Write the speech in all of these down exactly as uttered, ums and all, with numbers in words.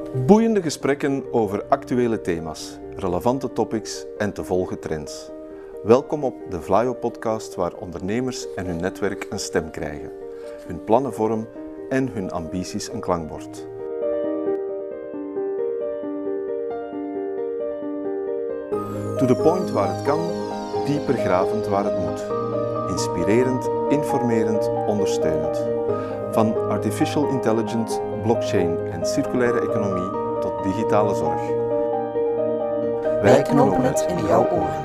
Boeiende gesprekken over actuele thema's, relevante topics en te volgen trends. Welkom op de Vlaio-podcast waar ondernemers en hun netwerk een stem krijgen, hun plannen vorm en hun ambities een klankbord. To the point waar het kan, dieper gravend waar het moet. Inspirerend, informerend, ondersteunend. Van artificial intelligence, blockchain en circulaire economie tot digitale zorg. Wij knopen het in jouw oren.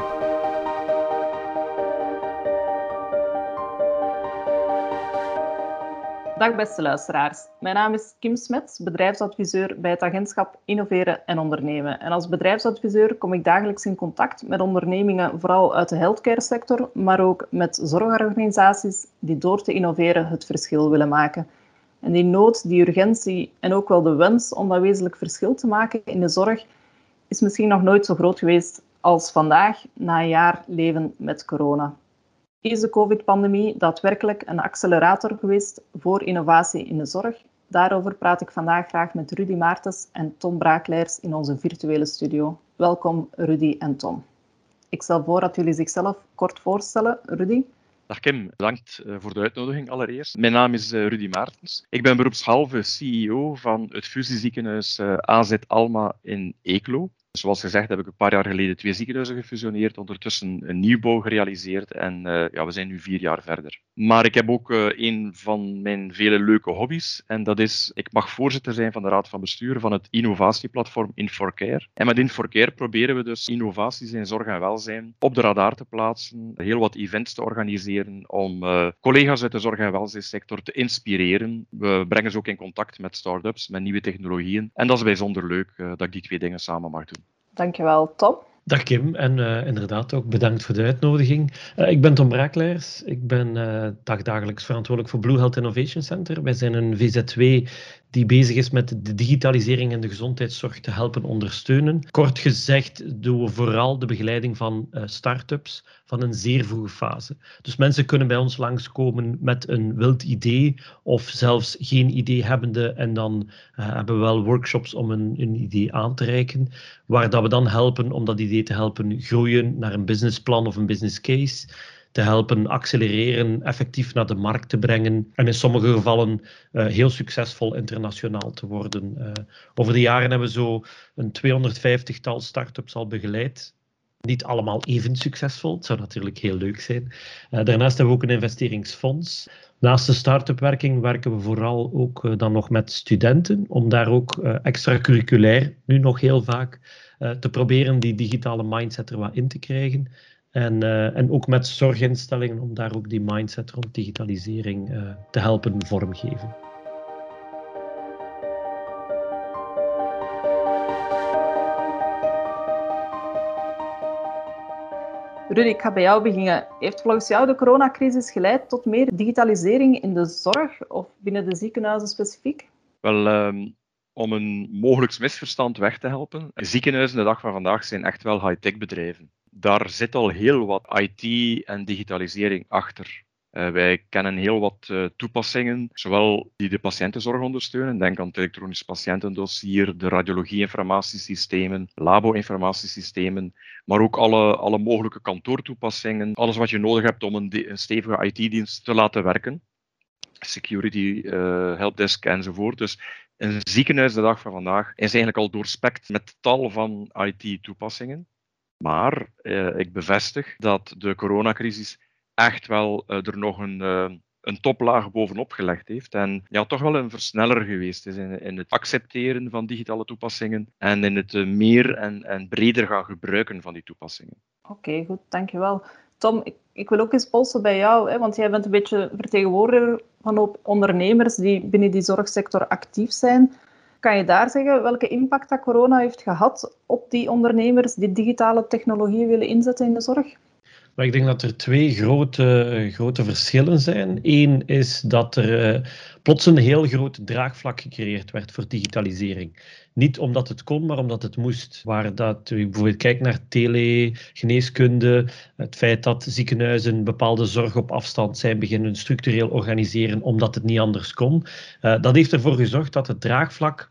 Dag beste luisteraars. Mijn naam is Kim Smets, bedrijfsadviseur bij het agentschap Innoveren en Ondernemen. En als bedrijfsadviseur kom ik dagelijks in contact met ondernemingen, vooral uit de healthcare sector, maar ook met zorgorganisaties die door te innoveren het verschil willen maken. En die nood, die urgentie en ook wel de wens om dat wezenlijk verschil te maken in de zorg is misschien nog nooit zo groot geweest als vandaag, na een jaar leven met corona. Is de covid-pandemie daadwerkelijk een accelerator geweest voor innovatie in de zorg? Daarover praat ik vandaag graag met Rudy Maartens en Tom Braakleijers in onze virtuele studio. Welkom Rudy en Tom. Ik stel voor dat jullie zichzelf kort voorstellen. Rudy? Dag Kim, bedankt voor de uitnodiging allereerst. Mijn naam is Rudy Maartens. Ik ben beroepshalve C E O van het fusieziekenhuis A Z Alma in Eeklo. Zoals gezegd heb ik een paar jaar geleden twee ziekenhuizen gefusioneerd, ondertussen een nieuwbouw gerealiseerd en uh, ja, we zijn nu vier jaar verder. Maar ik heb ook uh, een van mijn vele leuke hobby's en dat is, ik mag voorzitter zijn van de raad van bestuur van het innovatieplatform InForCare. En met InForCare proberen we dus innovaties in zorg en welzijn op de radar te plaatsen, heel wat events te organiseren om uh, collega's uit de zorg- en welzijnssector te inspireren. We brengen ze ook in contact met start-ups, met nieuwe technologieën en dat is bijzonder leuk uh, dat ik die twee dingen samen mag doen. Dankjewel, Tom. Dag Kim, en uh, inderdaad ook bedankt voor de uitnodiging. Uh, ik ben Tom Braakleijers. Ik ben uh, dagdagelijks verantwoordelijk voor Blue Health Innovation Center. Wij zijn een V Z W die bezig is met de digitalisering in de gezondheidszorg te helpen ondersteunen. Kort gezegd doen we vooral de begeleiding van uh, start-ups van een zeer vroege fase. Dus mensen kunnen bij ons langskomen met een wild idee of zelfs geen idee hebbende en dan uh, hebben we wel workshops om een, een idee aan te reiken, waar dat we dan helpen om dat idee te helpen groeien naar een businessplan of een business case, te helpen accelereren, effectief naar de markt te brengen en in sommige gevallen uh, heel succesvol internationaal te worden. Uh, over de jaren hebben we zo een tweehonderdvijftigtal start-ups al begeleid. Niet allemaal even succesvol, het zou natuurlijk heel leuk zijn. Uh, daarnaast hebben we ook een investeringsfonds. Naast de start-up werking werken we vooral ook uh, dan nog met studenten, om daar ook uh, extracurriculair, nu nog heel vaak, uh, te proberen die digitale mindset er wat in te krijgen. En, uh, en ook met zorginstellingen om daar ook die mindset rond digitalisering uh, te helpen vormgeven. Rudy, ik ga bij jou beginnen. Heeft volgens jou de coronacrisis geleid tot meer digitalisering in de zorg of binnen de ziekenhuizen specifiek? Wel, um, om een mogelijk misverstand weg te helpen. Ziekenhuizen de dag van vandaag zijn echt wel high-tech bedrijven. Daar zit al heel wat I T en digitalisering achter. Uh, wij kennen heel wat uh, toepassingen, zowel die de patiëntenzorg ondersteunen, denk aan het elektronisch patiëntendossier, de radiologie-informatiesystemen, labo-informatiesystemen, maar ook alle, alle mogelijke kantoortoepassingen, alles wat je nodig hebt om een, een stevige I T-dienst te laten werken, security, uh, helpdesk enzovoort. Dus een ziekenhuis de dag van vandaag is eigenlijk al doorspekt met tal van I T-toepassingen. Maar uh, ik bevestig dat de coronacrisis echt wel uh, er nog een, uh, een toplaag bovenop gelegd heeft. En ja, toch wel een versneller geweest is in, in het accepteren van digitale toepassingen en in het uh, meer en, en breder gaan gebruiken van die toepassingen. Oké, okay, goed, dankjewel. Tom, ik, ik wil ook eens polsen bij jou, hè, want jij bent een beetje vertegenwoordiger van ondernemers die binnen die zorgsector actief zijn. Kan je daar zeggen welke impact dat corona heeft gehad op die ondernemers die digitale technologie willen inzetten in de zorg? Maar ik denk dat er twee grote, grote verschillen zijn. Eén is dat er uh, plots een heel groot draagvlak gecreëerd werd voor digitalisering. Niet omdat het kon, maar omdat het moest. Waar dat je bijvoorbeeld kijkt naar telegeneeskunde, het feit dat ziekenhuizen bepaalde zorg op afstand zijn beginnen structureel organiseren omdat het niet anders kon. Uh, dat heeft ervoor gezorgd dat het draagvlak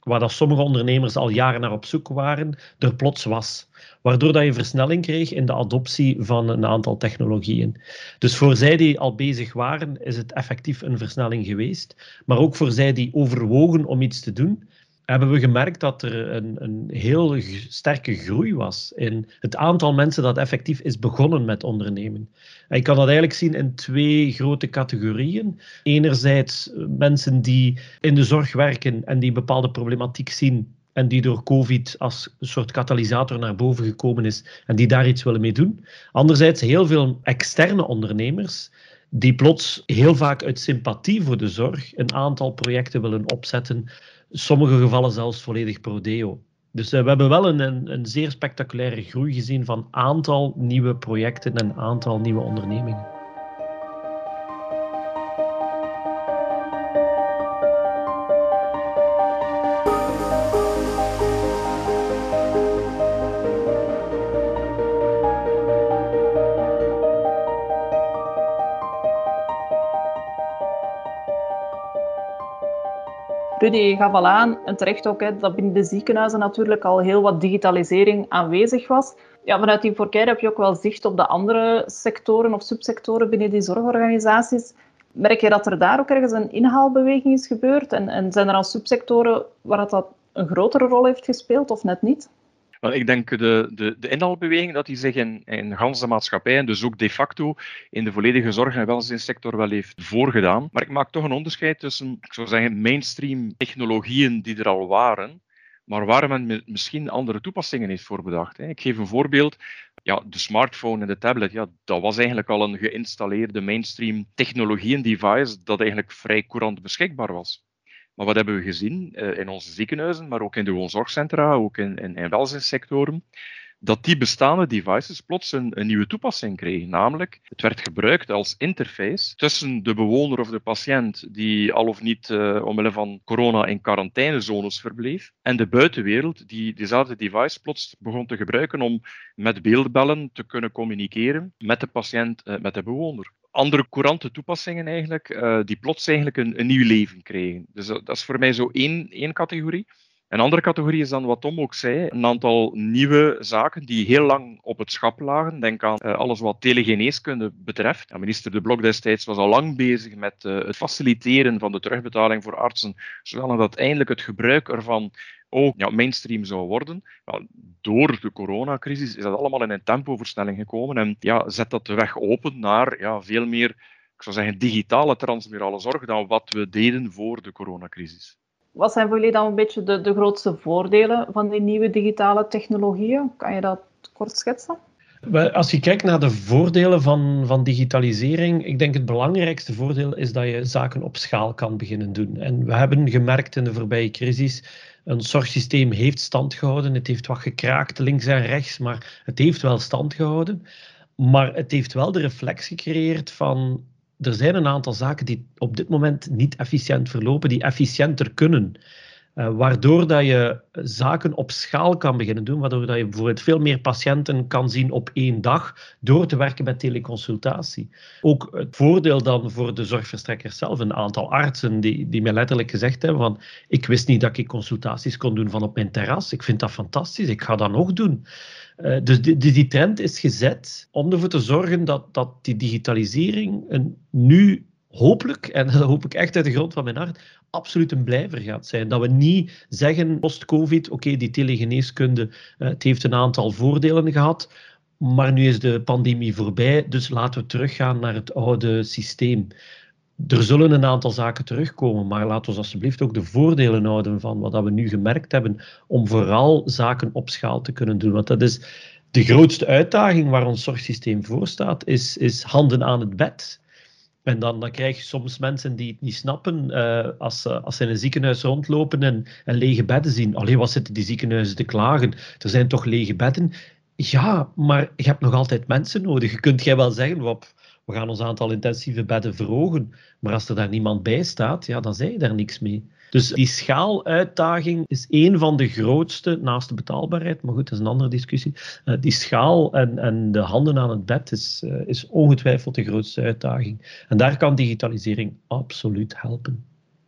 waar dat sommige ondernemers al jaren naar op zoek waren, er plots was. Waardoor dat je versnelling kreeg in de adoptie van een aantal technologieën. Dus voor zij die al bezig waren, is het effectief een versnelling geweest. Maar ook voor zij die overwogen om iets te doen, hebben we gemerkt dat er een, een heel g- sterke groei was in het aantal mensen dat effectief is begonnen met ondernemen. En je kan dat eigenlijk zien in twee grote categorieën. Enerzijds mensen die in de zorg werken en die bepaalde problematiek zien en die door COVID als een soort katalysator naar boven gekomen is en die daar iets willen mee doen. Anderzijds heel veel externe ondernemers die plots heel vaak uit sympathie voor de zorg een aantal projecten willen opzetten, sommige gevallen zelfs volledig pro deo. Dus uh, we hebben wel een, een, een zeer spectaculaire groei gezien van aantal nieuwe projecten en aantal nieuwe ondernemingen. Rudy, je gaf al aan, en terecht ook, hè, dat binnen de ziekenhuizen natuurlijk al heel wat digitalisering aanwezig was. Ja, vanuit die voorkeur heb je ook wel zicht op de andere sectoren of subsectoren binnen die zorgorganisaties. Merk je dat er daar ook ergens een inhaalbeweging is gebeurd? En, en zijn er al subsectoren waar dat, dat een grotere rol heeft gespeeld of net niet? Wel, ik denk de, de, de inhaalbeweging dat die zich in, in gans de maatschappij en dus ook de facto in de volledige zorg- en welzijnssector wel heeft voorgedaan. Maar ik maak toch een onderscheid tussen, ik zou zeggen, mainstream technologieën die er al waren, maar waar men misschien andere toepassingen heeft voor bedacht. Ik geef een voorbeeld. Ja, de smartphone en de tablet, ja, dat was eigenlijk al een geïnstalleerde mainstream technologie, een device dat eigenlijk vrij courant beschikbaar was. Maar wat hebben we gezien uh, in onze ziekenhuizen, maar ook in de woonzorgcentra, ook in, in, in welzijnssectoren, dat die bestaande devices plots een, een nieuwe toepassing kregen. Namelijk, het werd gebruikt als interface tussen de bewoner of de patiënt die al of niet uh, omwille van corona in quarantainezones verbleef en de buitenwereld die diezelfde device plots begon te gebruiken om met beeldbellen te kunnen communiceren met de patiënt, uh, met de bewoner. Andere courante toepassingen eigenlijk, uh, die plots eigenlijk een, een nieuw leven kregen. Dus uh, dat is voor mij zo één, één categorie. Een andere categorie is dan wat Tom ook zei, een aantal nieuwe zaken die heel lang op het schap lagen. Denk aan uh, alles wat telegeneeskunde betreft. Ja, minister De Blok destijds was al lang bezig met uh, het faciliteren van de terugbetaling voor artsen, zodat dat eindelijk het gebruik ervan ook ja, mainstream zou worden. Ja, door de coronacrisis is dat allemaal in een tempoversnelling gekomen en ja, zet dat de weg open naar ja, veel meer, ik zou zeggen, digitale transmurale zorg dan wat we deden voor de coronacrisis. Wat zijn voor jullie dan een beetje de, de grootste voordelen van die nieuwe digitale technologieën? Kan je dat kort schetsen? Als je kijkt naar de voordelen van, van digitalisering, ik denk het belangrijkste voordeel is dat je zaken op schaal kan beginnen doen. En we hebben gemerkt in de voorbije crisis, een zorgsysteem heeft stand gehouden. Het heeft wat gekraakt links en rechts, maar het heeft wel stand gehouden. Maar het heeft wel de reflex gecreëerd van, er zijn een aantal zaken die op dit moment niet efficiënt verlopen, die efficiënter kunnen. Uh, waardoor dat je zaken op schaal kan beginnen doen, waardoor dat je bijvoorbeeld veel meer patiënten kan zien op één dag door te werken met teleconsultatie. Ook het voordeel dan voor de zorgverstrekkers zelf, een aantal artsen die, die mij letterlijk gezegd hebben van ik wist niet dat ik consultaties kon doen van op mijn terras, ik vind dat fantastisch, ik ga dat nog doen. Uh, dus die, die trend is gezet om ervoor te zorgen dat, dat die digitalisering een, nu hopelijk, en dat hoop ik echt uit de grond van mijn hart, absoluut een blijver gaat zijn. Dat we niet zeggen post-covid, oké, okay, die telegeneeskunde, uh, het heeft een aantal voordelen gehad, maar nu is de pandemie voorbij, dus laten we teruggaan naar het oude systeem. Er zullen een aantal zaken terugkomen, maar laten we alsjeblieft ook de voordelen houden van wat we nu gemerkt hebben, om vooral zaken op schaal te kunnen doen. Want dat is de grootste uitdaging waar ons zorgsysteem voor staat, is, is handen aan het bed. En dan, dan krijg je soms mensen die het niet snappen, uh, als, uh, als ze in een ziekenhuis rondlopen en, en lege bedden zien. Allee, wat zitten die ziekenhuizen te klagen? Er zijn toch lege bedden? Ja, maar je hebt nog altijd mensen nodig. Je kunt jij wel zeggen, wop, we gaan ons aantal intensieve bedden verhogen. Maar als er daar niemand bij staat, ja, dan zei je daar niks mee. Dus die schaaluitdaging is één van de grootste, naast de betaalbaarheid, maar goed, dat is een andere discussie. Uh, die schaal en, en de handen aan het bed is, uh, is ongetwijfeld de grootste uitdaging. En daar kan digitalisering absoluut helpen.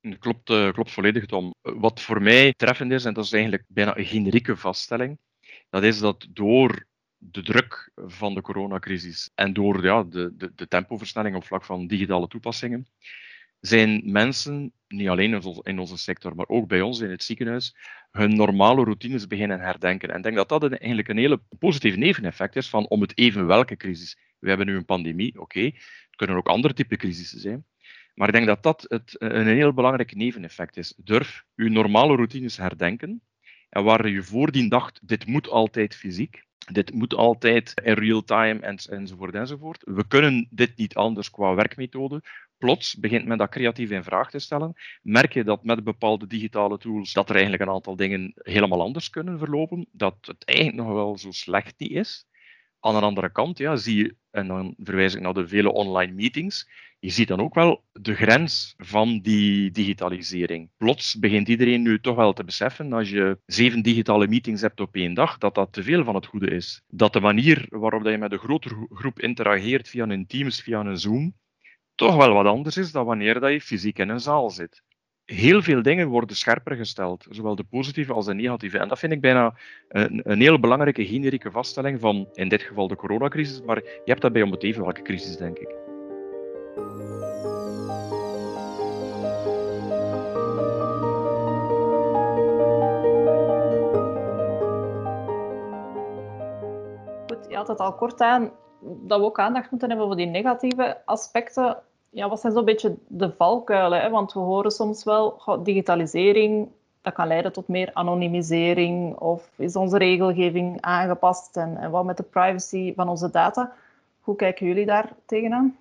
Klopt, uh, klopt volledig, Tom. Wat voor mij treffend is, en dat is eigenlijk bijna een generieke vaststelling, dat is dat door de druk van de coronacrisis en door ja, de, de, de tempoversnelling op vlak van digitale toepassingen, zijn mensen, niet alleen in onze sector, maar ook bij ons in het ziekenhuis, hun normale routines beginnen herdenken. En ik denk dat dat een, eigenlijk een hele positief neveneffect is van om het even welke crisis. We hebben nu een pandemie, oké. Okay. Het kunnen ook andere type crisissen zijn. Maar ik denk dat dat het, een heel belangrijk neveneffect is. Durf je normale routines herdenken. En waar je voordien dacht, dit moet altijd fysiek, dit moet altijd in real time en, enzovoort enzovoort. We kunnen dit niet anders qua werkmethode. Plots begint men dat creatief in vraag te stellen. Merk je dat met bepaalde digitale tools dat er eigenlijk een aantal dingen helemaal anders kunnen verlopen. Dat het eigenlijk nog wel zo slecht niet is. Aan de andere kant ja, zie je, en dan verwijs ik naar de vele online meetings, je ziet dan ook wel de grens van die digitalisering. Plots begint iedereen nu toch wel te beseffen, als je zeven digitale meetings hebt op één dag, dat dat te veel van het goede is. Dat de manier waarop je met een grotere groep interageert via een Teams, via een Zoom, toch wel wat anders is dan wanneer dat je fysiek in een zaal zit. Heel veel dingen worden scherper gesteld, zowel de positieve als de negatieve. En dat vind ik bijna een, een heel belangrijke generieke vaststelling van, in dit geval de coronacrisis, maar je hebt dat bij om het even welke crisis, denk ik. Goed, je had het al kort aan, dat we ook aandacht moeten hebben voor die negatieve aspecten. Ja, wat zijn zo'n beetje de valkuilen? Hè? Want we horen soms wel, goh, digitalisering, dat kan leiden tot meer anonimisering, of is onze regelgeving aangepast en, en wat met de privacy van onze data? Hoe kijken jullie daar tegenaan?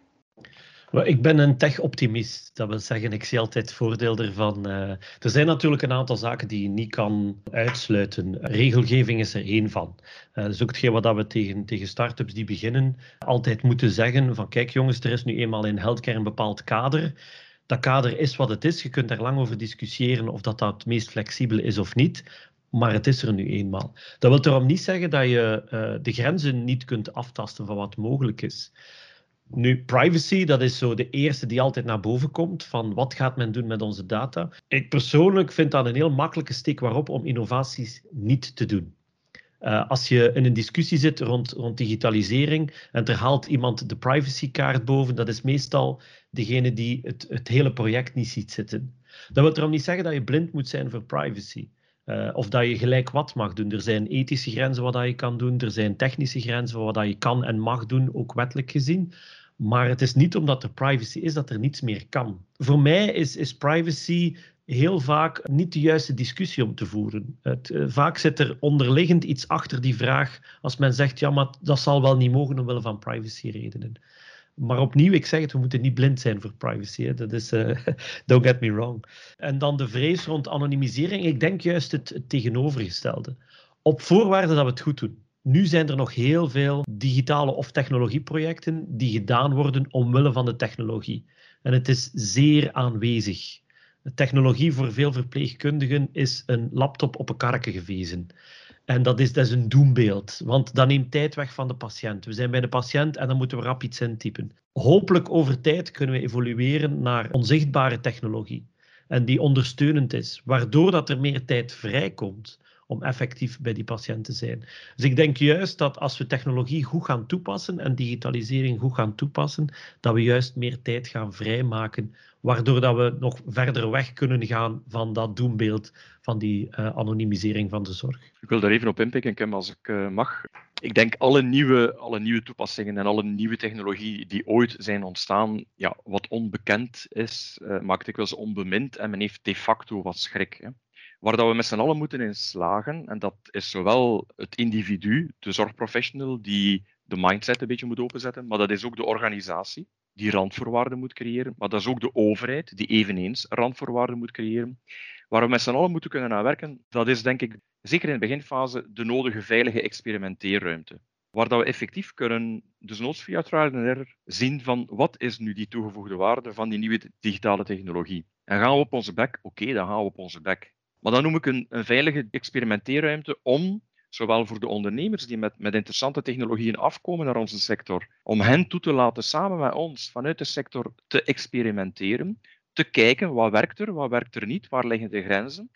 Ik ben een tech-optimist. Dat wil zeggen, ik zie altijd het voordeel ervan. Uh, er zijn natuurlijk een aantal zaken die je niet kan uitsluiten. Regelgeving is er één van. Uh, dat is ook hetgeen wat we tegen, tegen start-ups die beginnen altijd moeten zeggen. Van kijk jongens, er is nu eenmaal in healthcare een bepaald kader. Dat kader is wat het is. Je kunt daar lang over discussiëren of dat, dat het meest flexibel is of niet. Maar het is er nu eenmaal. Dat wil daarom niet zeggen dat je uh, de grenzen niet kunt aftasten van wat mogelijk is. Nu, privacy, dat is zo de eerste die altijd naar boven komt, van wat gaat men doen met onze data. Ik persoonlijk vind dat een heel makkelijke steek waarop om innovaties niet te doen. Uh, als je in een discussie zit rond, rond digitalisering en er haalt iemand de privacykaart boven, dat is meestal degene die het, het hele project niet ziet zitten. Dat wil erom niet zeggen dat je blind moet zijn voor privacy. Uh, of dat je gelijk wat mag doen. Er zijn ethische grenzen wat je kan doen, er zijn technische grenzen voor wat je kan en mag doen, ook wettelijk gezien. Maar het is niet omdat er privacy is dat er niets meer kan. Voor mij is, is privacy heel vaak niet de juiste discussie om te voeren. Het, uh, vaak zit er onderliggend iets achter die vraag als men zegt, ja, maar dat zal wel niet mogen omwille van privacyredenen. Maar opnieuw, ik zeg het, we moeten niet blind zijn voor privacy. Hè. Dat is, uh, don't get me wrong. En dan de vrees rond anonimisering. Ik denk juist het, het tegenovergestelde. Op voorwaarde dat we het goed doen. Nu zijn er nog heel veel digitale of technologieprojecten die gedaan worden omwille van de technologie. En het is zeer aanwezig. De technologie voor veel verpleegkundigen is een laptop op een karretje gewezen. En dat is, dat is een doembeeld, want dat neemt tijd weg van de patiënt. We zijn bij de patiënt en dan moeten we rap iets intypen. Hopelijk over tijd kunnen we evolueren naar onzichtbare technologie. En die ondersteunend is, waardoor dat er meer tijd vrijkomt om effectief bij die patiënt te zijn. Dus ik denk juist dat als we technologie goed gaan toepassen en digitalisering goed gaan toepassen, dat we juist meer tijd gaan vrijmaken, waardoor dat we nog verder weg kunnen gaan van dat doembeeld van die uh, anonimisering van de zorg. Ik wil daar even op inpikken, Kim, als ik uh, mag. Ik denk alle nieuwe, alle nieuwe toepassingen en alle nieuwe technologie die ooit zijn ontstaan, ja, wat onbekend is, uh, maakt dikwijls onbemind en men heeft de facto wat schrik. Hè. Waar dat we met z'n allen moeten in slagen, en dat is zowel het individu, de zorgprofessional, die de mindset een beetje moet openzetten, maar dat is ook de organisatie, die randvoorwaarden moet creëren, maar dat is ook de overheid, die eveneens randvoorwaarden moet creëren. Waar we met z'n allen moeten kunnen aan werken, dat is denk ik, zeker in de beginfase, de nodige veilige experimenteerruimte. Waar dat we effectief kunnen, dus noods via trial and error, zien van wat is nu die toegevoegde waarde van die nieuwe digitale technologie. En gaan we op onze bek? Oké, okay, dan gaan we op onze bek. Maar dan noem ik een, een veilige experimenteerruimte om, zowel voor de ondernemers die met, met interessante technologieën afkomen naar onze sector, om hen toe te laten samen met ons vanuit de sector te experimenteren, te kijken wat werkt er, wat werkt er niet, waar liggen de grenzen.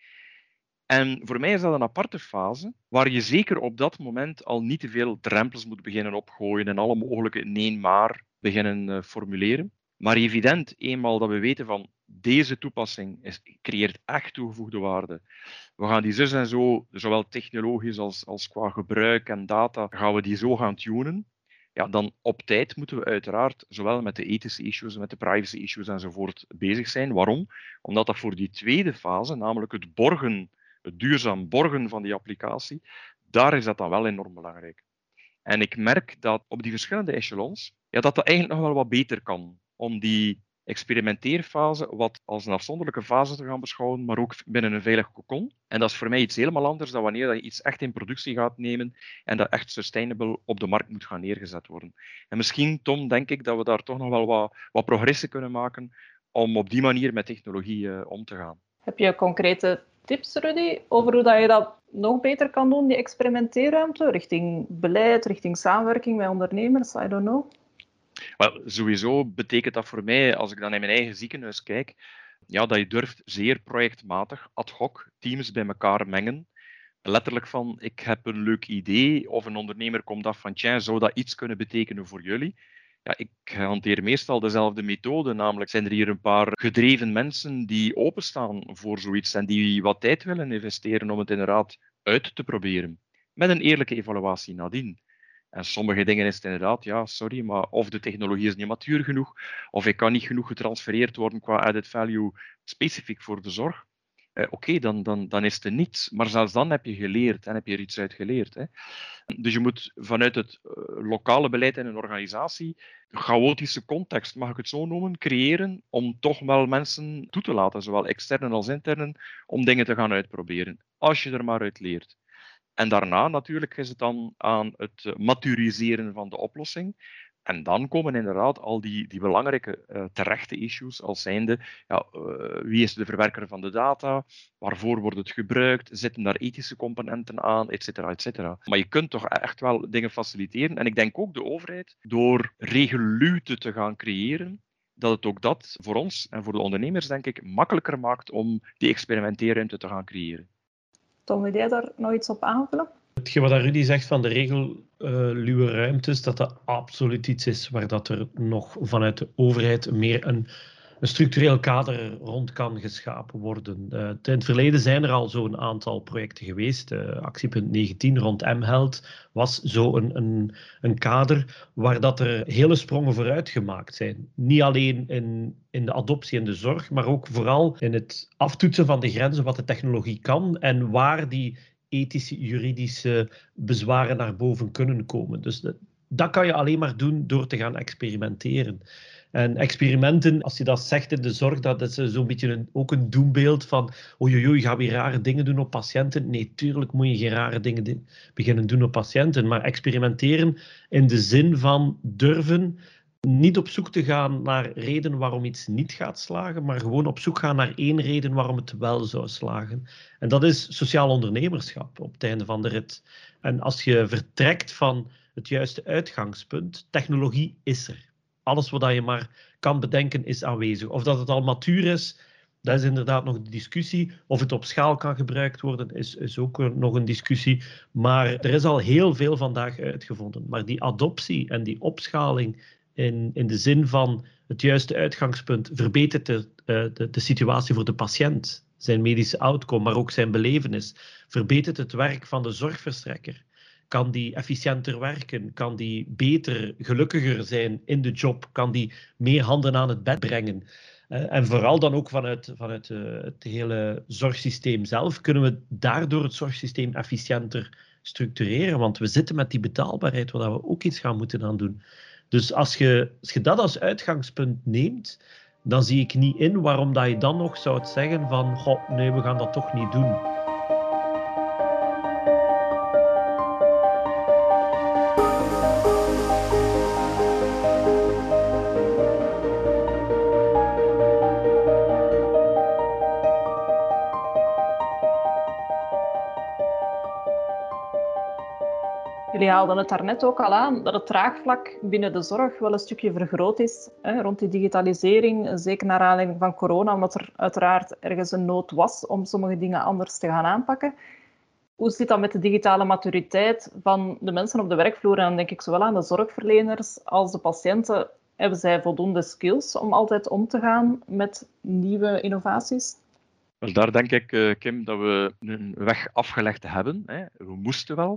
En voor mij is dat een aparte fase, waar je zeker op dat moment al niet te veel drempels moet beginnen opgooien en alle mogelijke nee maar beginnen uh, formuleren. Maar evident, eenmaal dat we weten van deze toepassing is, creëert echt toegevoegde waarde. We gaan die zus en zo, zowel technologisch als, als qua gebruik en data, gaan we die zo gaan tunen. Ja, dan op tijd moeten we uiteraard zowel met de ethische issues, met de privacy issues enzovoort bezig zijn. Waarom? Omdat dat voor die tweede fase, namelijk het borgen, het duurzaam borgen van die applicatie, daar is dat dan wel enorm belangrijk. En ik merk dat op die verschillende echelons, ja, dat dat eigenlijk nog wel wat beter kan. Om die experimenteerfase wat als een afzonderlijke fase te gaan beschouwen, maar ook binnen een veilig cocon. En dat is voor mij iets helemaal anders dan wanneer je iets echt in productie gaat nemen en dat echt sustainable op de markt moet gaan neergezet worden. En misschien, Tom, denk ik dat we daar toch nog wel wat, wat progressen kunnen maken om op die manier met technologie uh, om te gaan. Heb je concrete tips, Rudy, over hoe dat je dat nog beter kan doen, die experimenteerruimte, richting beleid, richting samenwerking met ondernemers? I don't know. Wel, sowieso betekent dat voor mij, als ik dan in mijn eigen ziekenhuis kijk, ja, dat je durft zeer projectmatig, ad hoc, teams bij elkaar mengen. Letterlijk van, ik heb een leuk idee, of een ondernemer komt af van, tja, zou dat iets kunnen betekenen voor jullie? Ja, ik hanteer meestal dezelfde methode, namelijk zijn er hier een paar gedreven mensen die openstaan voor zoiets en die wat tijd willen investeren om het inderdaad uit te proberen. Met een eerlijke evaluatie nadien. En sommige dingen is het inderdaad, ja, sorry, maar of de technologie is niet matuur genoeg, of ik kan niet genoeg getransfereerd worden qua added value specifiek voor de zorg. Eh, Oké, okay, dan, dan, dan is het niets. Maar zelfs dan heb je geleerd en heb je er iets uit geleerd. Hè. Dus je moet vanuit het uh, lokale beleid in een organisatie een chaotische context, mag ik het zo noemen, creëren om toch wel mensen toe te laten, zowel externen als internen, om dingen te gaan uitproberen. Als je er maar uit leert. En daarna natuurlijk is het dan aan het maturiseren van de oplossing. En dan komen inderdaad al die, die belangrijke uh, terechte issues als zijnde, ja, uh, wie is de verwerker van de data, waarvoor wordt het gebruikt, zitten daar ethische componenten aan, et cetera, et cetera. Maar je kunt toch echt wel dingen faciliteren. En ik denk ook de overheid, door regeluten te gaan creëren, dat het ook dat voor ons en voor de ondernemers, denk ik, makkelijker maakt om die experimenteerruimte te gaan creëren. Tom, wil jij daar nog iets op aanvullen? Hetgeen wat Rudy zegt van de regelluwe uh, ruimtes, dat dat absoluut iets is waar dat er nog vanuit de overheid meer een, een structureel kader rond kan geschapen worden. Uh, in het verleden zijn er al zo'n aantal projecten geweest. Uh, Actiepunt negentien rond mHealth was zo een, een, een kader waar dat er hele sprongen vooruit gemaakt zijn. Niet alleen in, in de adoptie en de zorg, maar ook vooral in het aftoetsen van de grenzen wat de technologie kan en waar die ethische, juridische bezwaren naar boven kunnen komen. Dus dat, dat kan je alleen maar doen door te gaan experimenteren. En experimenten, als je dat zegt in de zorg, dat is zo'n beetje een, ook een doembeeld van oei, oei, gaan we rare dingen doen op patiënten? Nee, tuurlijk moet je geen rare dingen di- beginnen doen op patiënten, maar experimenteren in de zin van durven niet op zoek te gaan naar reden waarom iets niet gaat slagen, maar gewoon op zoek gaan naar één reden waarom het wel zou slagen. En dat is sociaal ondernemerschap op het einde van de rit. En als je vertrekt van het juiste uitgangspunt, technologie is er. Alles wat je maar kan bedenken is aanwezig. Of dat het al matuur is, dat is inderdaad nog de discussie. Of het op schaal kan gebruikt worden, is, is ook nog een discussie. Maar er is al heel veel vandaag uitgevonden. Maar die adoptie en die opschaling in, in de zin van het juiste uitgangspunt verbetert de, de, de situatie voor de patiënt, zijn medische outcome, maar ook zijn belevenis, verbetert het werk van de zorgverstrekker. Kan die efficiënter werken? Kan die beter, gelukkiger zijn in de job? Kan die meer handen aan het bed brengen? Uh, en vooral dan ook vanuit, vanuit uh, het hele zorgsysteem zelf kunnen we daardoor het zorgsysteem efficiënter structureren. Want we zitten met die betaalbaarheid waar we ook iets gaan moeten aan doen. Dus als je, als je dat als uitgangspunt neemt, dan zie ik niet in waarom dat je dan nog zou zeggen van goh, nee, we gaan dat toch niet doen. Jullie haalden het daarnet ook al aan, dat het draagvlak binnen de zorg wel een stukje vergroot is hè, rond die digitalisering, zeker naar aanleiding van corona, omdat er uiteraard ergens een nood was om sommige dingen anders te gaan aanpakken. Hoe zit dat met de digitale maturiteit van de mensen op de werkvloer? En dan denk ik zowel aan de zorgverleners als de patiënten. Hebben zij voldoende skills om altijd om te gaan met nieuwe innovaties? Wel, daar denk ik, Kim, dat we een weg afgelegd hebben. Hè. We moesten wel.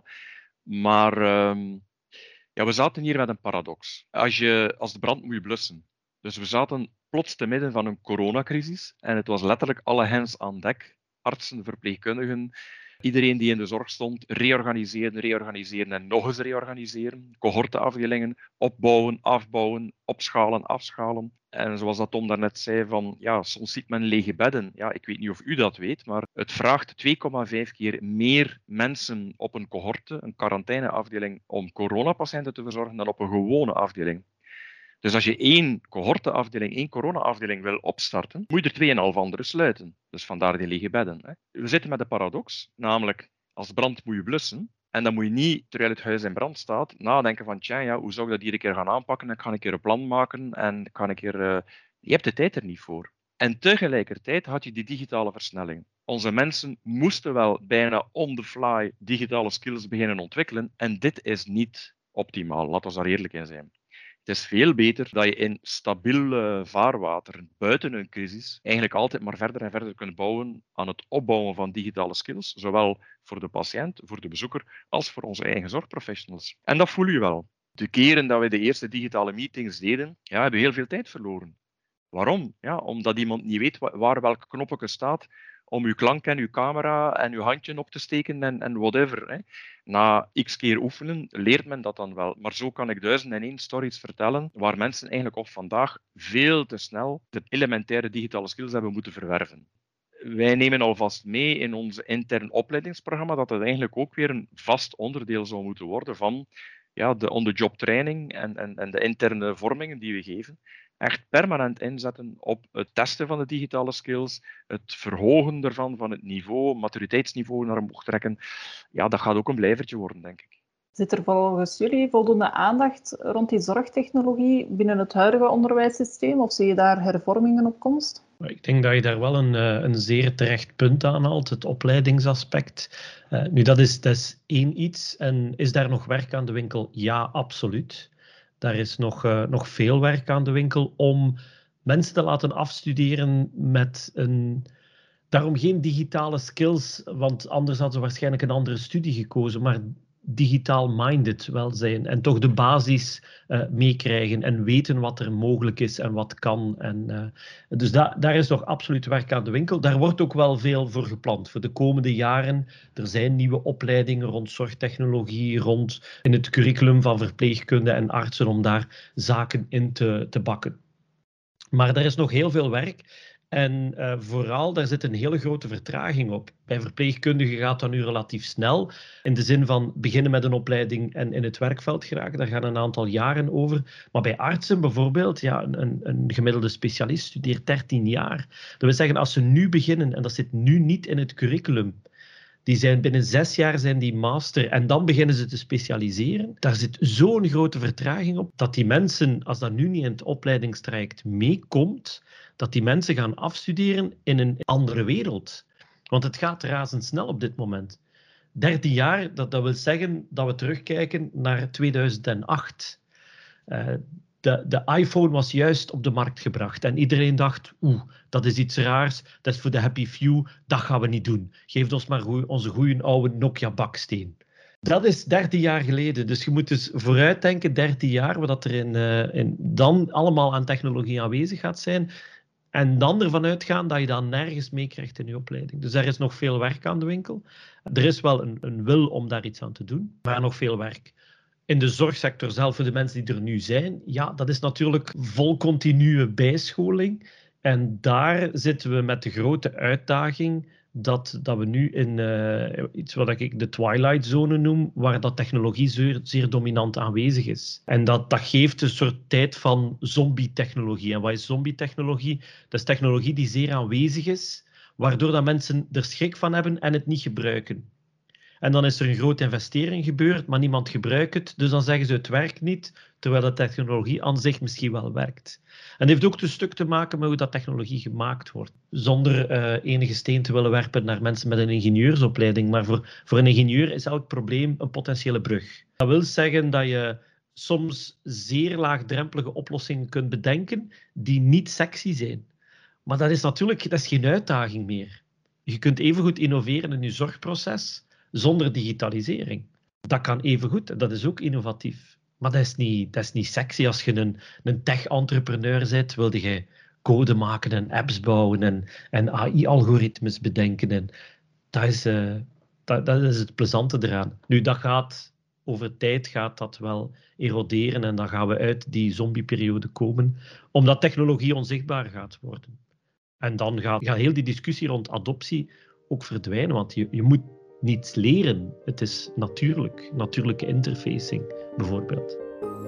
Maar um, ja, we zaten hier met een paradox. Als, je, als de brand moet je blussen. Dus we zaten plots te midden van een coronacrisis. En het was letterlijk alle hens aan dek. Artsen, verpleegkundigen, iedereen die in de zorg stond. Reorganiseren, reorganiseren en nog eens reorganiseren. Cohorteafdelingen, opbouwen, afbouwen, opschalen, afschalen. En zoals dat Tom daarnet zei, van, ja, soms ziet men lege bedden. Ja, ik weet niet of u dat weet, maar het vraagt twee komma vijf keer meer mensen op een cohorte, een quarantaineafdeling, om coronapatiënten te verzorgen dan op een gewone afdeling. Dus als je één cohorteafdeling, één coronaafdeling wil opstarten, moet je er tweeënhalf andere sluiten. Dus vandaar die lege bedden. Hè. We zitten met de paradox, namelijk als brand moet je blussen. En dan moet je niet, terwijl het huis in brand staat, nadenken van, tja, ja, hoe zou ik dat hier een keer gaan aanpakken? Dan kan ik een keer een plan maken en kan ik keer... Uh... Je hebt de tijd er niet voor. En tegelijkertijd had je die digitale versnelling. Onze mensen moesten wel bijna on the fly digitale skills beginnen ontwikkelen. En dit is niet optimaal, laten we daar eerlijk in zijn. Het is veel beter dat je in stabiel vaarwater, buiten een crisis, eigenlijk altijd maar verder en verder kunt bouwen aan het opbouwen van digitale skills, zowel voor de patiënt, voor de bezoeker, als voor onze eigen zorgprofessionals. En dat voel je wel. De keren dat we de eerste digitale meetings deden, ja, hebben we heel veel tijd verloren. Waarom? Ja, omdat iemand niet weet waar welke knopje staat om uw klank en uw camera en uw handje op te steken en, en whatever. Hè. Na x keer oefenen leert men dat dan wel. Maar zo kan ik duizend en één stories vertellen waar mensen eigenlijk op vandaag veel te snel de elementaire digitale skills hebben moeten verwerven. Wij nemen alvast mee in ons intern opleidingsprogramma dat het eigenlijk ook weer een vast onderdeel zou moeten worden van ja, de on-the-job training en, en, en de interne vormingen die we geven. Echt permanent inzetten op het testen van de digitale skills, het verhogen ervan, van het niveau, maturiteitsniveau naar omhoog trekken. Ja, dat gaat ook een blijvertje worden, denk ik. Zit er volgens jullie voldoende aandacht rond die zorgtechnologie binnen het huidige onderwijssysteem? Of zie je daar hervormingen op komst? Ik denk dat je daar wel een, een zeer terecht punt aan haalt, het opleidingsaspect. Uh, nu, dat is, dat is één iets. En is daar nog werk aan de winkel? Ja, absoluut. Daar is nog, uh, nog veel werk aan de winkel om mensen te laten afstuderen met een... Daarom geen digitale skills, want anders hadden ze waarschijnlijk een andere studie gekozen, maar digitaal-minded wel zijn en toch de basis uh, meekrijgen en weten wat er mogelijk is en wat kan. En, uh, dus da- daar is nog absoluut werk aan de winkel. Daar wordt ook wel veel voor gepland voor de komende jaren. Er zijn nieuwe opleidingen rond zorgtechnologie, rond in het curriculum van verpleegkunde en artsen om daar zaken in te, te bakken. Maar er is nog heel veel werk. En uh, vooral, daar zit een hele grote vertraging op. Bij verpleegkundigen gaat dat nu relatief snel. In de zin van beginnen met een opleiding en in het werkveld geraken. Daar gaan een aantal jaren over. Maar bij artsen bijvoorbeeld, ja, een, een gemiddelde specialist studeert dertien jaar. Dat wil zeggen, als ze nu beginnen, en dat zit nu niet in het curriculum, die zijn binnen zes jaar zijn die master en dan beginnen ze te specialiseren. Daar zit zo'n grote vertraging op, dat die mensen, als dat nu niet in het opleidingstraject meekomt, dat die mensen gaan afstuderen in een andere wereld. Want het gaat razendsnel op dit moment. dertien jaar, dat, dat wil zeggen dat we terugkijken naar tweeduizend acht. Uh, de, de iPhone was juist op de markt gebracht en iedereen dacht, oeh, dat is iets raars, dat is voor de happy few, dat gaan we niet doen. Geef ons maar goeie, onze goede oude Nokia-baksteen. Dat is dertien jaar geleden, dus je moet dus vooruitdenken, dertien jaar, wat er in, uh, in dan allemaal aan technologie aanwezig gaat zijn. En dan ervan uitgaan dat je dat nergens meekrijgt in je opleiding. Dus er is nog veel werk aan de winkel. Er is wel een, een wil om daar iets aan te doen, maar nog veel werk. In de zorgsector zelf, voor de mensen die er nu zijn, ja, dat is natuurlijk vol continue bijscholing. En daar zitten we met de grote uitdaging dat, dat we nu in uh, iets wat ik de twilight zone noem, waar dat technologie zeer, zeer dominant aanwezig is. En dat, dat geeft een soort tijd van zombie-technologie. En wat is zombie-technologie? Dat is technologie die zeer aanwezig is, waardoor dat mensen er schrik van hebben en het niet gebruiken. En dan is er een grote investering gebeurd, maar niemand gebruikt het. Dus dan zeggen ze het werkt niet, terwijl de technologie aan zich misschien wel werkt. En dat heeft ook een stuk te maken met hoe dat technologie gemaakt wordt. Zonder uh, enige steen te willen werpen naar mensen met een ingenieursopleiding. Maar voor, voor een ingenieur is elk probleem een potentiële brug. Dat wil zeggen dat je soms zeer laagdrempelige oplossingen kunt bedenken die niet sexy zijn. Maar dat is natuurlijk dat is geen uitdaging meer. Je kunt evengoed innoveren in je zorgproces zonder digitalisering. Dat kan evengoed, dat is ook innovatief. Maar dat is niet, dat is niet sexy. Als je een, een tech-entrepreneur bent, wilde je code maken en apps bouwen en, en A I-algoritmes bedenken. En dat, is, uh, dat, dat is het plezante eraan. Nu, dat gaat, over tijd gaat dat wel eroderen en dan gaan we uit die zombieperiode komen, omdat technologie onzichtbaar gaat worden. En dan gaat, gaat heel die discussie rond adoptie ook verdwijnen, want je, je moet niets leren. Het is natuurlijk, natuurlijke interfacing bijvoorbeeld.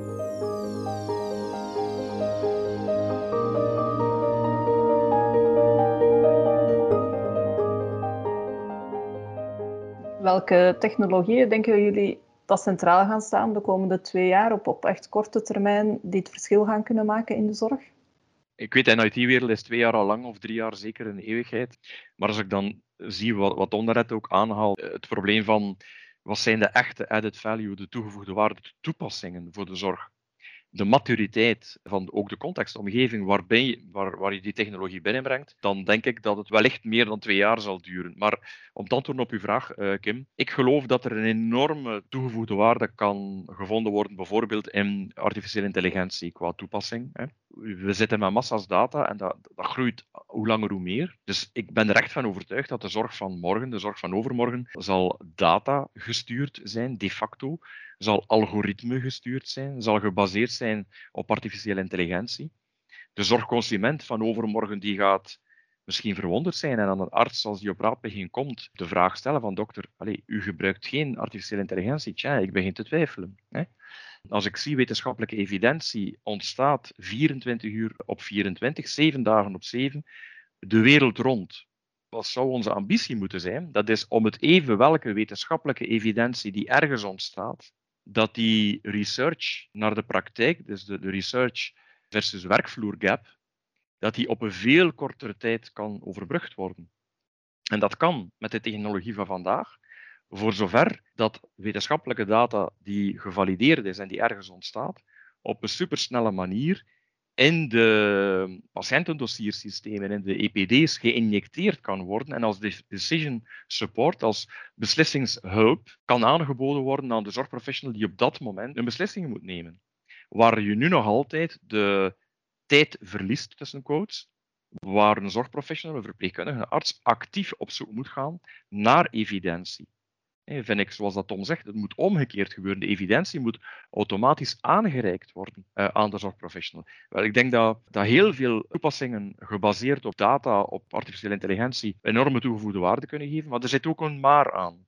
Welke technologieën denken jullie dat centraal gaan staan de komende twee jaar op, op echt korte termijn die het verschil gaan kunnen maken in de zorg? Ik weet, in de I T-wereld is twee jaar al lang, of drie jaar zeker een eeuwigheid. Maar als ik dan zie wat, wat ondernet ook aanhaalt, het probleem van wat zijn de echte added value, de toegevoegde waarde, de toepassingen voor de zorg. De maturiteit van ook de context, de omgeving waarbij je, waar, waar je die technologie binnenbrengt, dan denk ik dat het wellicht meer dan twee jaar zal duren. Maar om te antwoorden op uw vraag, uh, Kim, ik geloof dat er een enorme toegevoegde waarde kan gevonden worden, bijvoorbeeld in artificiële intelligentie qua toepassing. Hè. We zitten met massa's data en dat, dat groeit hoe langer hoe meer. Dus ik ben er echt van overtuigd dat de zorg van morgen, de zorg van overmorgen, zal data gestuurd zijn, de facto. Zal algoritme gestuurd zijn, zal gebaseerd zijn op artificiële intelligentie. De zorgconsument van overmorgen die gaat misschien verwonderd zijn en aan een arts, als die op raadpleging komt, de vraag stellen van dokter, allez, u gebruikt geen artificiële intelligentie. Tja, ik begin te twijfelen. Hè? Als ik zie wetenschappelijke evidentie ontstaat vierentwintig uur op vierentwintig, zeven dagen op zeven, de wereld rond. Wat zou onze ambitie moeten zijn? Dat is om het even welke wetenschappelijke evidentie die ergens ontstaat, dat die research naar de praktijk, dus de, de research versus werkvloer gap, dat die op een veel kortere tijd kan overbrugd worden. En dat kan met de technologie van vandaag, voor zover dat wetenschappelijke data die gevalideerd is en die ergens ontstaat, op een supersnelle manier in de patiëntendossiersystemen, in de E P D's geïnjecteerd kan worden en als decision support, als beslissingshulp, kan aangeboden worden aan de zorgprofessional die op dat moment een beslissing moet nemen. Waar je nu nog altijd de tijd verliest, tussen quotes, waar een zorgprofessional, een verpleegkundige, een arts actief op zoek moet gaan naar evidentie. Hey, vind ik, zoals dat Tom zegt, het moet omgekeerd gebeuren. De evidentie moet automatisch aangereikt worden uh, aan de zorgprofessional. Wel, ik denk dat, dat heel veel toepassingen gebaseerd op data, op artificiële intelligentie, enorme toegevoegde waarde kunnen geven, maar er zit ook een maar aan.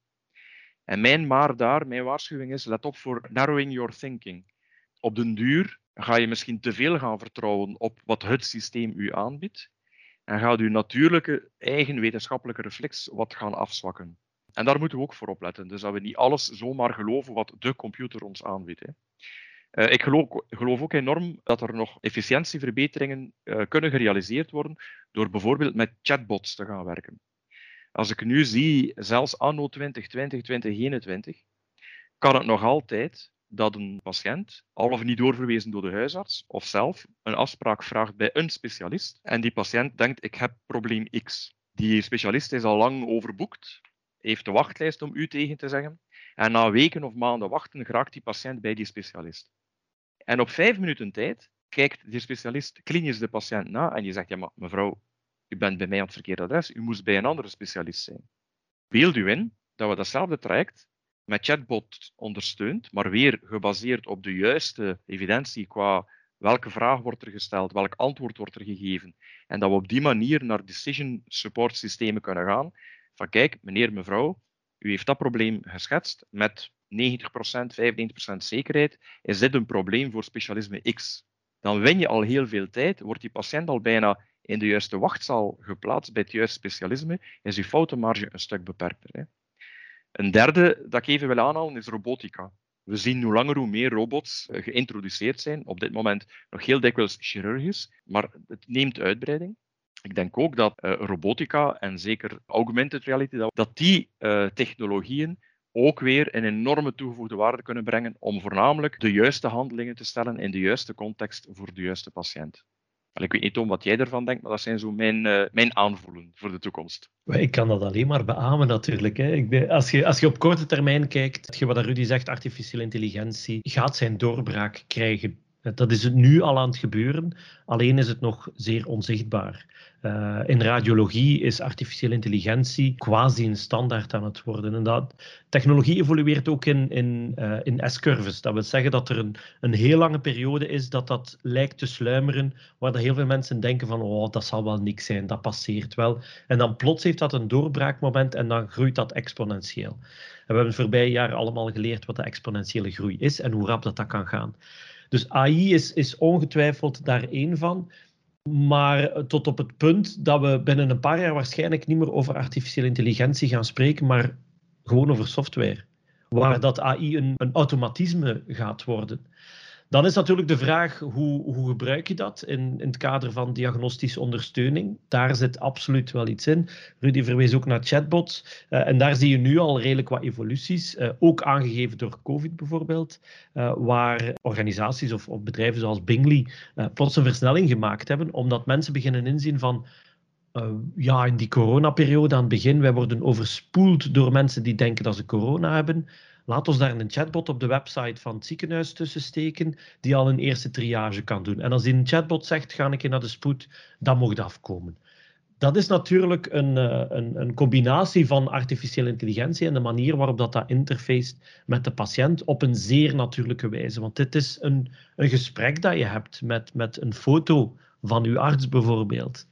En mijn maar daar, mijn waarschuwing is, let op voor narrowing your thinking. Op den duur ga je misschien te veel gaan vertrouwen op wat het systeem u aanbiedt en gaat uw natuurlijke eigen wetenschappelijke reflex wat gaan afzwakken. En daar moeten we ook voor opletten. Dus dat we niet alles zomaar geloven wat de computer ons aanbiedt. Hè. Uh, ik geloof, geloof ook enorm dat er nog efficiëntieverbeteringen uh, kunnen gerealiseerd worden door bijvoorbeeld met chatbots te gaan werken. Als ik nu zie, zelfs anno twintig twintig, twintig eenentwintig, kan het nog altijd dat een patiënt, al of niet doorverwezen door de huisarts, of zelf een afspraak vraagt bij een specialist. En die patiënt denkt, ik heb probleem X. Die specialist is al lang overboekt, heeft de wachtlijst om u tegen te zeggen. En na weken of maanden wachten geraakt die patiënt bij die specialist. En op vijf minuten tijd kijkt die specialist klinisch de patiënt na en je zegt, ja maar mevrouw, u bent bij mij aan het verkeerde adres, u moest bij een andere specialist zijn. Beeld u in dat we datzelfde traject met chatbot ondersteund, maar weer gebaseerd op de juiste evidentie qua welke vraag wordt er gesteld, welk antwoord wordt er gegeven. En dat we op die manier naar decision support systemen kunnen gaan. Van kijk, meneer, mevrouw, u heeft dat probleem geschetst met negentig procent, vijfennegentig procent zekerheid. Is dit een probleem voor specialisme X? Dan win je al heel veel tijd, wordt die patiënt al bijna in de juiste wachtzaal geplaatst bij het juiste specialisme, is uw foutenmarge een stuk beperkter. Hè? Een derde dat ik even wil aanhalen is robotica. We zien hoe langer hoe meer robots uh, geïntroduceerd zijn. Op dit moment nog heel dikwijls chirurgisch, maar het neemt uitbreiding. Ik denk ook dat uh, robotica en zeker augmented reality, dat, dat die uh, technologieën ook weer een enorme toegevoegde waarde kunnen brengen om voornamelijk de juiste handelingen te stellen in de juiste context voor de juiste patiënt. Ik weet niet, Tom, wat jij ervan denkt, maar dat zijn zo mijn, uh, mijn aanvoelen voor de toekomst. Ik kan dat alleen maar beamen natuurlijk. Hè. Ik denk, als, je, als je op korte termijn kijkt, wat Rudy zegt, artificiële intelligentie gaat zijn doorbraak krijgen. Dat is nu al aan het gebeuren, alleen is het nog zeer onzichtbaar. Uh, in radiologie is artificiële intelligentie quasi een standaard aan het worden. En dat, technologie evolueert ook in, in, uh, in S-curves. Dat wil zeggen dat er een, een heel lange periode is dat dat lijkt te sluimeren, waar dat heel veel mensen denken van oh, dat zal wel niks zijn, dat passeert wel. En dan plots heeft dat een doorbraakmoment en dan groeit dat exponentieel. En we hebben het voorbije jaar allemaal geleerd wat de exponentiële groei is en hoe rap dat, dat kan gaan. Dus A I is, is ongetwijfeld daar één van. Maar tot op het punt dat we binnen een paar jaar waarschijnlijk niet meer over artificiële intelligentie gaan spreken, maar gewoon over software. Waar dat A I een, een automatisme gaat worden. Dan is natuurlijk de vraag, hoe, hoe gebruik je dat in, in het kader van diagnostische ondersteuning? Daar zit absoluut wel iets in. Rudy verwees ook naar chatbots. Uh, en daar zie je nu al redelijk wat evoluties. Uh, ook aangegeven door COVID bijvoorbeeld. Uh, waar organisaties of, of bedrijven zoals Bingley uh, plots een versnelling gemaakt hebben. Omdat mensen beginnen inzien van... Uh, ja, in die coronaperiode aan het begin, wij worden overspoeld door mensen die denken dat ze corona hebben. Laat ons daar een chatbot op de website van het ziekenhuis tussen steken, die al een eerste triage kan doen. En als die een chatbot zegt, ga ik naar de spoed, dan mag het afkomen. Dat is natuurlijk een, een, een combinatie van artificiële intelligentie en de manier waarop dat, dat interfacet met de patiënt op een zeer natuurlijke wijze. Want dit is een, een gesprek dat je hebt met, met een foto van uw arts bijvoorbeeld.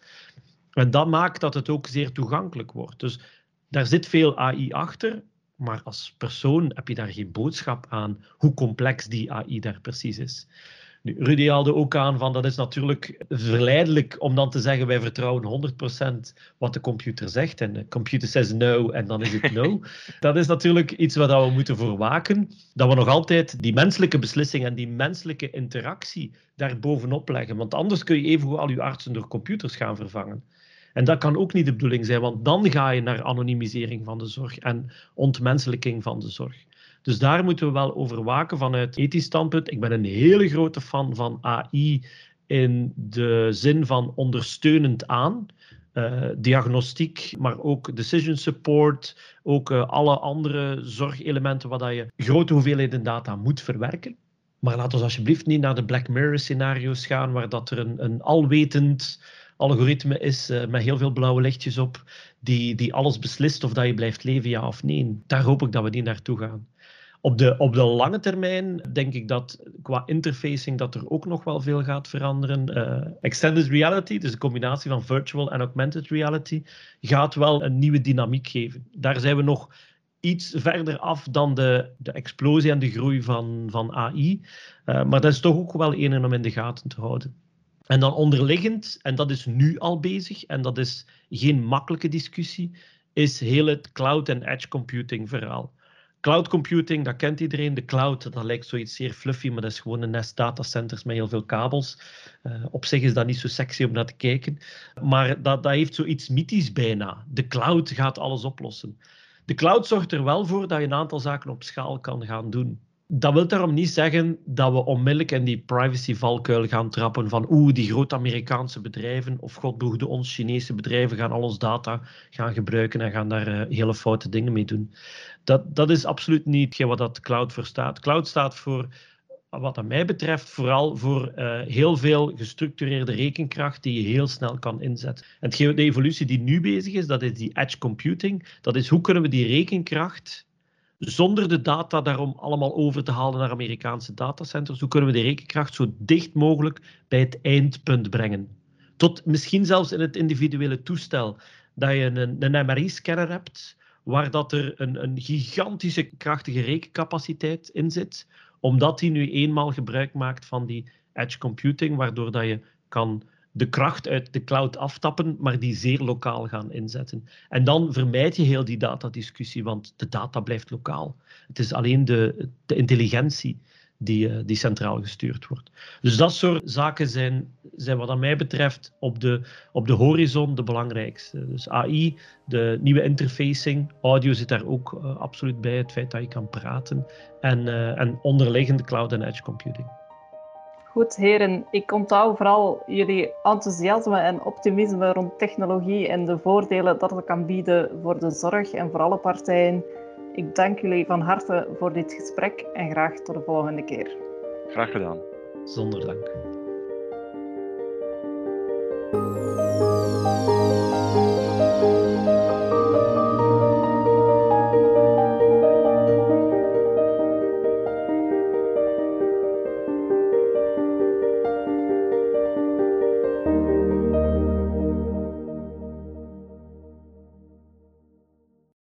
En dat maakt dat het ook zeer toegankelijk wordt. Dus daar zit veel A I achter, maar als persoon heb je daar geen boodschap aan hoe complex die A I daar precies is. Nu, Rudy haalde ook aan van dat is natuurlijk verleidelijk om dan te zeggen wij vertrouwen honderd procent wat de computer zegt en de computer says no en dan is het no. Dat is natuurlijk iets waar we moeten voor waken, dat we nog altijd die menselijke beslissing en die menselijke interactie daar bovenop leggen, want anders kun je evengoed al je artsen door computers gaan vervangen. En dat kan ook niet de bedoeling zijn, want dan ga je naar anonimisering van de zorg en ontmenselijking van de zorg. Dus daar moeten we wel over waken vanuit ethisch standpunt. Ik ben een hele grote fan van A I in de zin van ondersteunend aan. Uh, diagnostiek, maar ook decision support, ook uh, alle andere zorgelementen waar je grote hoeveelheden data moet verwerken. Maar laat ons alsjeblieft niet naar de Black Mirror scenario's gaan, waar dat er een, een alwetend algoritme is uh, met heel veel blauwe lichtjes op, die, die alles beslist of dat je blijft leven, ja of nee. Daar hoop ik dat we niet naartoe gaan. Op de, op de lange termijn denk ik dat qua interfacing dat er ook nog wel veel gaat veranderen. Uh, extended reality, dus de combinatie van virtual en augmented reality, gaat wel een nieuwe dynamiek geven. Daar zijn we nog iets verder af dan de, de explosie en de groei van, van A I. Uh, maar dat is toch ook wel een om in de gaten te houden. En dan onderliggend, en dat is nu al bezig, en dat is geen makkelijke discussie, is heel het cloud- en edge computing verhaal. Cloud computing, dat kent iedereen. De cloud, dat lijkt zoiets zeer fluffy, maar dat is gewoon een nest datacenters met heel veel kabels. Uh, op zich is dat niet zo sexy om naar te kijken. Maar dat, dat heeft zoiets mythisch bijna. De cloud gaat alles oplossen. De cloud zorgt er wel voor dat je een aantal zaken op schaal kan gaan doen. Dat wil daarom niet zeggen dat we onmiddellijk in die privacy-valkuil gaan trappen van oeh, die grote Amerikaanse bedrijven of god behoede ons Chinese bedrijven gaan al ons data gaan gebruiken en gaan daar uh, hele foute dingen mee doen. Dat, dat is absoluut niet wat dat cloud voor staat. Cloud staat voor, wat dat mij betreft, vooral voor uh, heel veel gestructureerde rekenkracht die je heel snel kan inzetten. En de evolutie die nu bezig is, dat is die edge computing. Dat is hoe kunnen we die rekenkracht zonder de data daarom allemaal over te halen naar Amerikaanse datacenters, hoe kunnen we de rekenkracht zo dicht mogelijk bij het eindpunt brengen? Tot misschien zelfs in het individuele toestel, dat je een, een M R I-scanner hebt, waar dat er een, een gigantische krachtige rekencapaciteit in zit, omdat die nu eenmaal gebruik maakt van die edge computing, waardoor dat je kan de kracht uit de cloud aftappen, maar die zeer lokaal gaan inzetten. En dan vermijd je heel die datadiscussie, want de data blijft lokaal. Het is alleen de, de intelligentie die, uh, die centraal gestuurd wordt. Dus dat soort zaken zijn, zijn wat aan mij betreft op de, op de horizon de belangrijkste. Dus A I, de nieuwe interfacing, audio zit daar ook uh, absoluut bij, het feit dat je kan praten, en, uh, en onderliggende cloud en edge computing. Goed, heren. Ik onthoud vooral jullie enthousiasme en optimisme rond technologie en de voordelen dat het kan bieden voor de zorg en voor alle partijen. Ik dank jullie van harte voor dit gesprek en graag tot de volgende keer. Graag gedaan. Zonder dank.